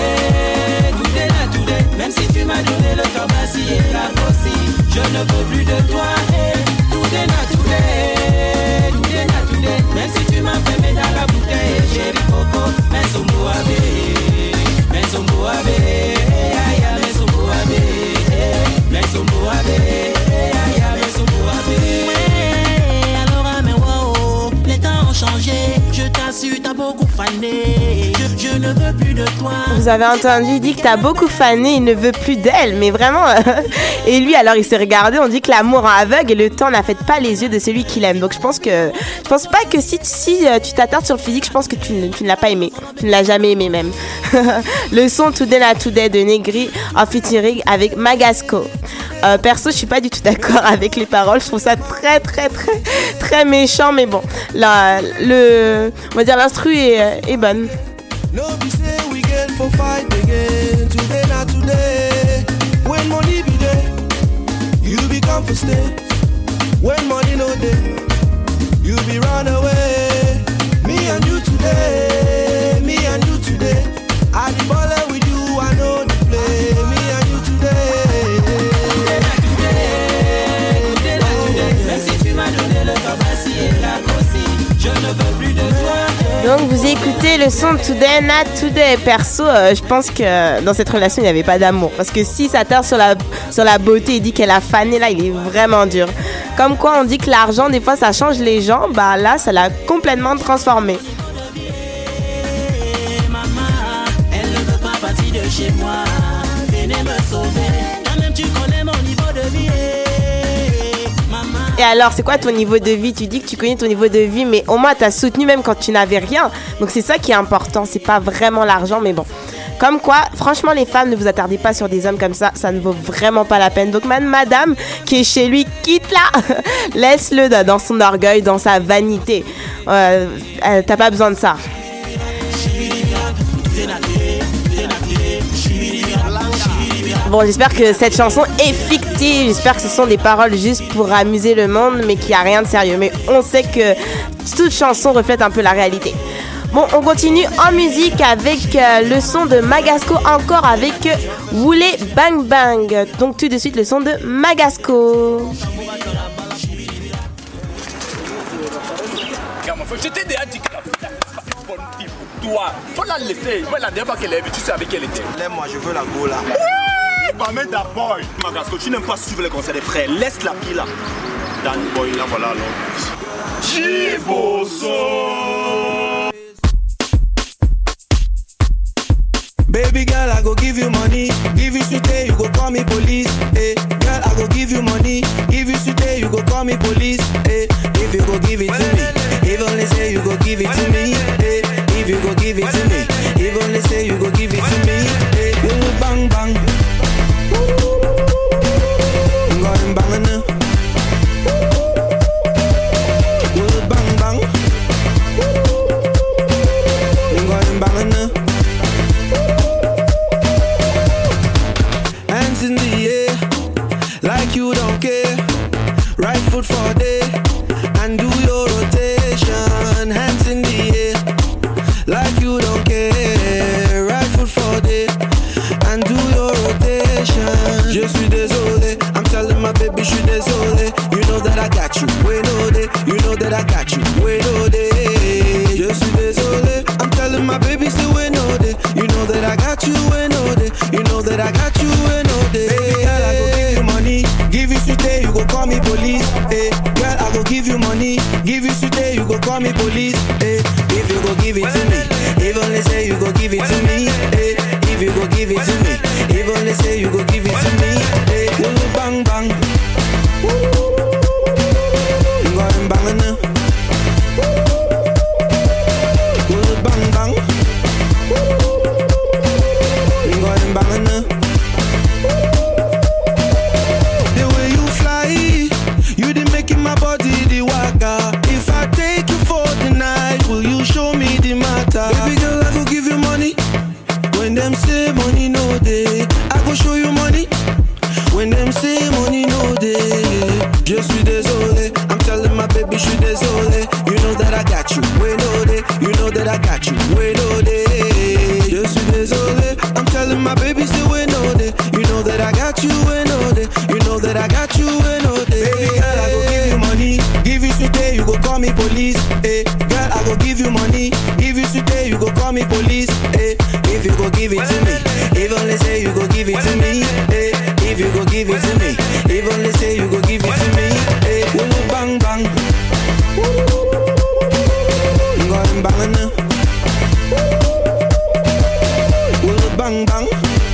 today, today na today. Même si tu m'as donné le cœur vacillé là aussi, je ne veux plus de de toi. Hey, today na today, today na today. Même si tu m'as fait mettre dans la bouteille, chérie Coco, mais son mot à bé, mais son mot à bé, aïe, mais son mot à bé, mais son mot à bé, aïe, mais son mot à bé. Ouais, alors ah mais wow, les temps ont changé, je t'assure t'as beaucoup fané, je, je ne veux plus de toi. Vous avez entendu, il dit que t'as beaucoup fané, il ne veut plus d'elle, mais vraiment. Et lui, alors il s'est regardé, on dit que l'amour rend aveugle et le temps n'affecte pas les yeux de celui qu'il aime. Donc je pense que, je pense pas que si, si tu t'attardes sur le physique, je pense que tu ne, tu ne l'as pas aimé, tu ne l'as jamais aimé même. Le son Today na Today de Negri en featuring avec Magasco. Euh, perso, je suis pas du tout d'accord avec les paroles, je trouve ça très très très très méchant, mais bon, là, le, on va dire l'instru est, est bonne. No be say we get for fight again. Today na today. When money be there, you be come for stay. When money no there, you be run away. Me and you today, me and you today. I the baller with you, I know the play. Me and you today. Today na today, today na today. Même si tu m'as donné le tabac et la cossi, je ne veux plus de toi. Donc vous écoutez le son Today na Today. Perso, euh, je pense que dans cette relation il n'y avait pas d'amour. Parce que si ça tarde sur la, sur la beauté, il dit qu'elle a fané, là il est vraiment dur. Comme quoi on dit que l'argent des fois ça change les gens, bah là ça l'a complètement transformé. Maman, elle ne veut pas partir de chez moi. Venez me sauver. Toi-même tu connais mon niveau de vie. Et alors, c'est quoi ton niveau de vie? Tu dis que tu connais ton niveau de vie, mais au moins t'as soutenu même quand tu n'avais rien. Donc c'est ça qui est important, c'est pas vraiment l'argent, mais bon. Comme quoi, franchement les femmes, ne vous attardez pas sur des hommes comme ça, ça ne vaut vraiment pas la peine. Donc même madame qui est chez lui, quitte-la. Laisse-le dans son orgueil, dans sa vanité. Euh, euh, t'as pas besoin de ça. Bon, j'espère que cette chanson est fictive. J'espère que ce sont des paroles juste pour amuser le monde, mais qu'il n'y a rien de sérieux. Mais on sait que toute chanson reflète un peu la réalité. Bon, on continue en musique avec euh, le son de Magasco, encore avec euh, Woulé Bang Bang. Donc tout de suite le son de Magasco. Je t'ai déjà dit que la fille c'est pas une bonne fille pour toi. Faut la laisser. Moi, la dernière fois qu'elle est venue, tu sais avec qui elle était. Moi, je veux la go là. Bah, mais d'abord, Magasco, tu n'aimes pas suivre les conseils des frères. Laisse la fille là. Dan Boy, là, voilà, alors. Chiboso. Baby girl, I go give you money. Give you sweet, you go call me police. Hey, girl, I go give you money. Give you sweet, you go call me police. Hey, if you go give it to me, if only say you go give it to me. Hey, if you go give it to me, if only say you go give it to me. Hey, you bang bang. Going bang now. Bang bang. Going bang now. Hands in the air, like you don't care. Right foot for day, and do your rotation. Hands in the air, like you don't care. Right foot for day, and do your rotation. Je suis désolé, I'm telling my baby, je suis désolé. You know that I got you, we know that. You know that I got you, we know that. Je suis désolé, I'm telling my baby, say we know that. You know that I got you, we know that. You know that I got you, we know that. Baby girl, I go give you money, give you sweet, you go call me police. Hey, girl, I go give you money, give you sweet, you go call me police. Hey, if you go give it to me, if only say you go give it to me. Hey, if you go give it to me, if only say you go give it to me. Hey, bang bang. Going bang now. Bang bang. Going bang now. The way you fly, you did making my body the waka. If I take you for the night, will you show me the matter? Baby girl, I go give you money. When them say money no day, I go show you money. When them say money no day, je suis désolé. I'm telling my baby, je suis désolé. You know that I got you, we know that. You know that I got you, we know that. Je suis désolé. I'm telling my baby, say we know that. You know that I got you, we know that. You know that I got you, we know that. you money. If you should pay, you go call me police. Hey, if you go give it to me. If only say you go give it to me. Hey, if you go give it to me. If only say you go give it to me. Hey, woo bang bang. Going bang now. Woo bang bang.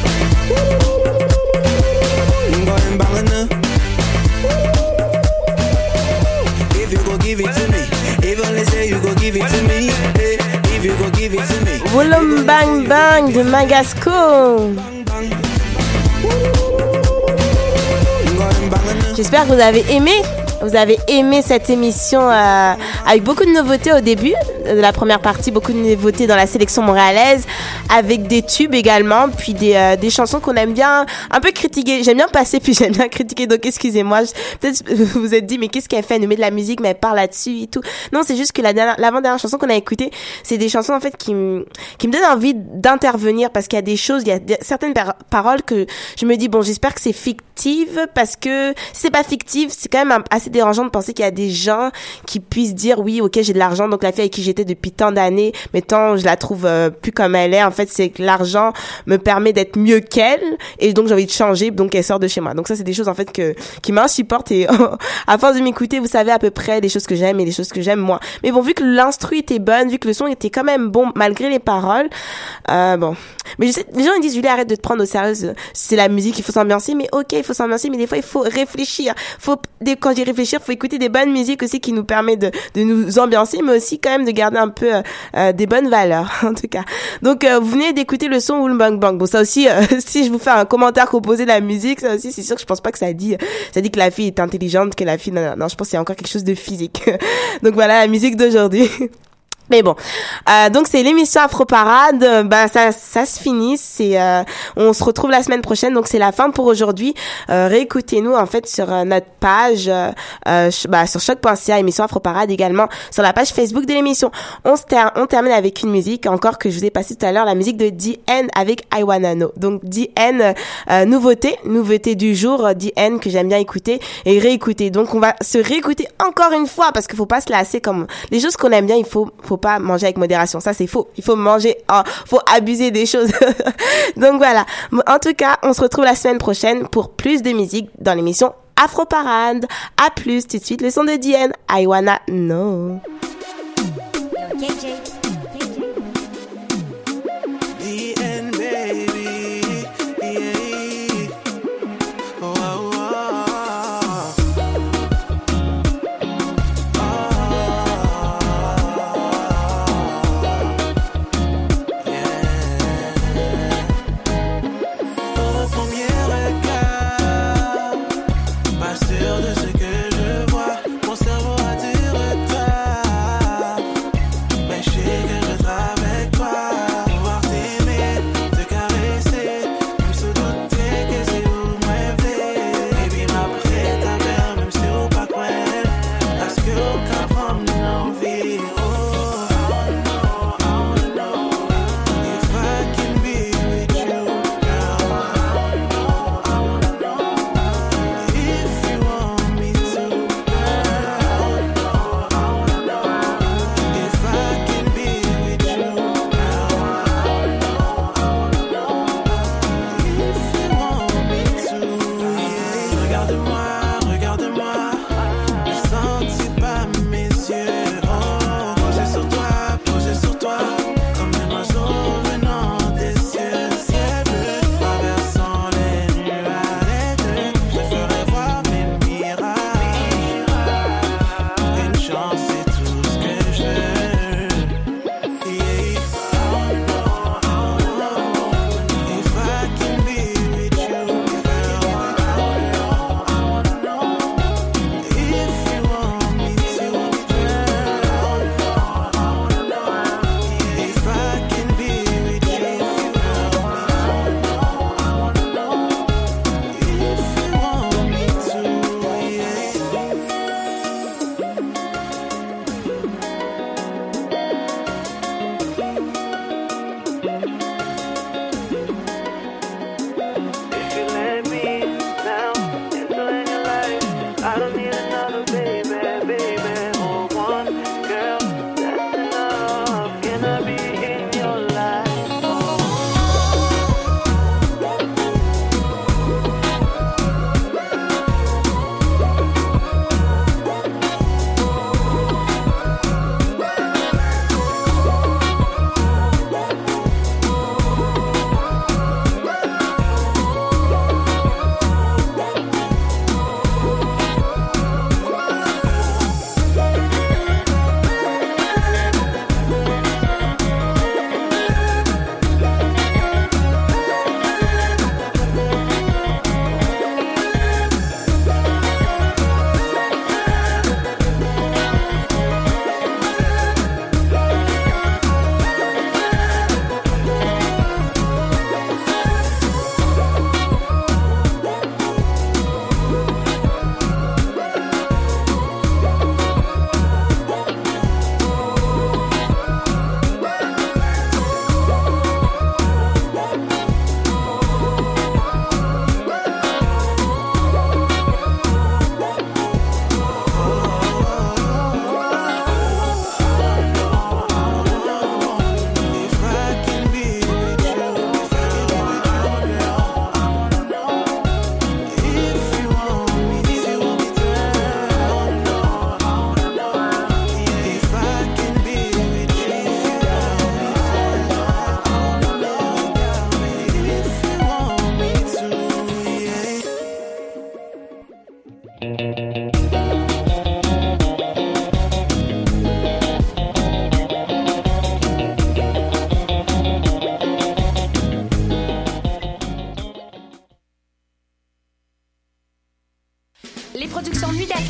Going bang now. If you go give it to me. If only say you go give it to me. Hey, if you go give it to me. Woolum Bang Bang de Magasco. J'espère que vous avez aimé. Vous avez aimé cette émission euh, avec beaucoup de nouveautés au début de la première partie, beaucoup de nouveautés dans la sélection montréalaise, avec des tubes également, puis des, euh, des chansons qu'on aime bien un peu critiquer. J'aime bien passer, puis j'aime bien critiquer, donc excusez-moi. Peut-être vous vous êtes dit, mais qu'est-ce qu'elle fait? Elle nous met de la musique, mais elle parle là-dessus et tout. Non, c'est juste que la dernière, l'avant-dernière chanson qu'on a écoutée, c'est des chansons en fait qui me qui me donnent envie d'intervenir, parce qu'il y a des choses, il y a des, certaines par- paroles que je me dis, bon, j'espère que c'est fictive, parce que si c'est pas fictif, c'est quand même assez dérangeant de penser qu'il y a des gens qui puissent dire oui, ok, j'ai de l'argent, donc la fille avec qui j'étais depuis tant d'années, mettons, je la trouve euh, plus comme elle est. En fait, c'est que l'argent me permet d'être mieux qu'elle, et donc j'ai envie de changer, donc elle sort de chez moi. Donc ça, c'est des choses en fait que qui m'insupportent, et à force de m'écouter, vous savez à peu près les choses que j'aime et les choses que j'aime moins. Mais bon, vu que l'instru était bonne, vu que le son était quand même bon malgré les paroles, euh, bon. Mais je sais, les gens ils disent, Julie, arrête de te prendre au sérieux, c'est la musique, il faut s'ambiancer. Mais ok, il faut s'ambiancer, mais des fois il faut réfléchir. Faut, quand j'ai réfléchir, faut écouter des bonnes musiques aussi qui nous permet de, de nous ambiancer, mais aussi quand même de garder un peu euh, des bonnes valeurs, en tout cas. Donc euh, vous venez d'écouter le son Wool Bang Bang. Bon, ça aussi, euh, si je vous fais un commentaire composé de la musique, ça aussi, c'est sûr que je pense pas que ça dit, ça dit que la fille est intelligente, que la fille, non, non, non, je pense qu'il y a encore quelque chose de physique. Donc voilà la musique d'aujourd'hui. Mais bon, euh, donc c'est l'émission Afro Parade. Bah ça, ça se finit. C'est, euh, on se retrouve la semaine prochaine. Donc c'est la fin pour aujourd'hui. Euh, réécoutez-nous en fait sur euh, notre page, euh, euh, bah sur choc point c a, émission Afro Parade, également sur la page Facebook de l'émission. On se ter- on termine avec une musique encore que je vous ai passée tout à l'heure, la musique de D N avec I Wanna Know. Donc D N, euh, nouveauté, nouveauté du jour, D N que j'aime bien écouter et réécouter. Donc on va se réécouter encore une fois, parce qu'il faut pas se lasser. Comme les choses qu'on aime bien, il faut, faut pas manger avec modération. Ça, c'est faux. Il faut manger, oh, faut abuser des choses. Donc voilà. En tout cas, on se retrouve la semaine prochaine pour plus de musique dans l'émission Afro Parade. À plus. Tout de suite, le son de D N, I Wanna Know. I don't need another baby, baby, or one girl, that's enough.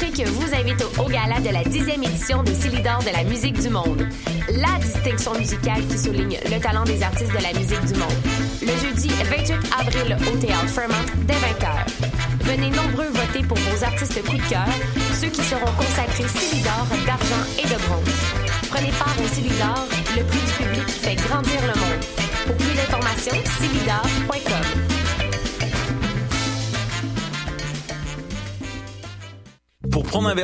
Musique vous invite au, au gala de la dixième édition des Célidors de la musique du monde. La distinction musicale qui souligne le talent des artistes de la musique du monde. Le jeudi vingt-huit avril au Théâtre Fairmont dès vingt heures. Venez nombreux voter pour vos artistes coup de cœur, ceux qui seront consacrés Célidors d'argent et de bronze. Prenez part au Célidors, le prix du public qui fait grandir le monde. Pour plus d'informations, célidors point com. Pour prendre un verre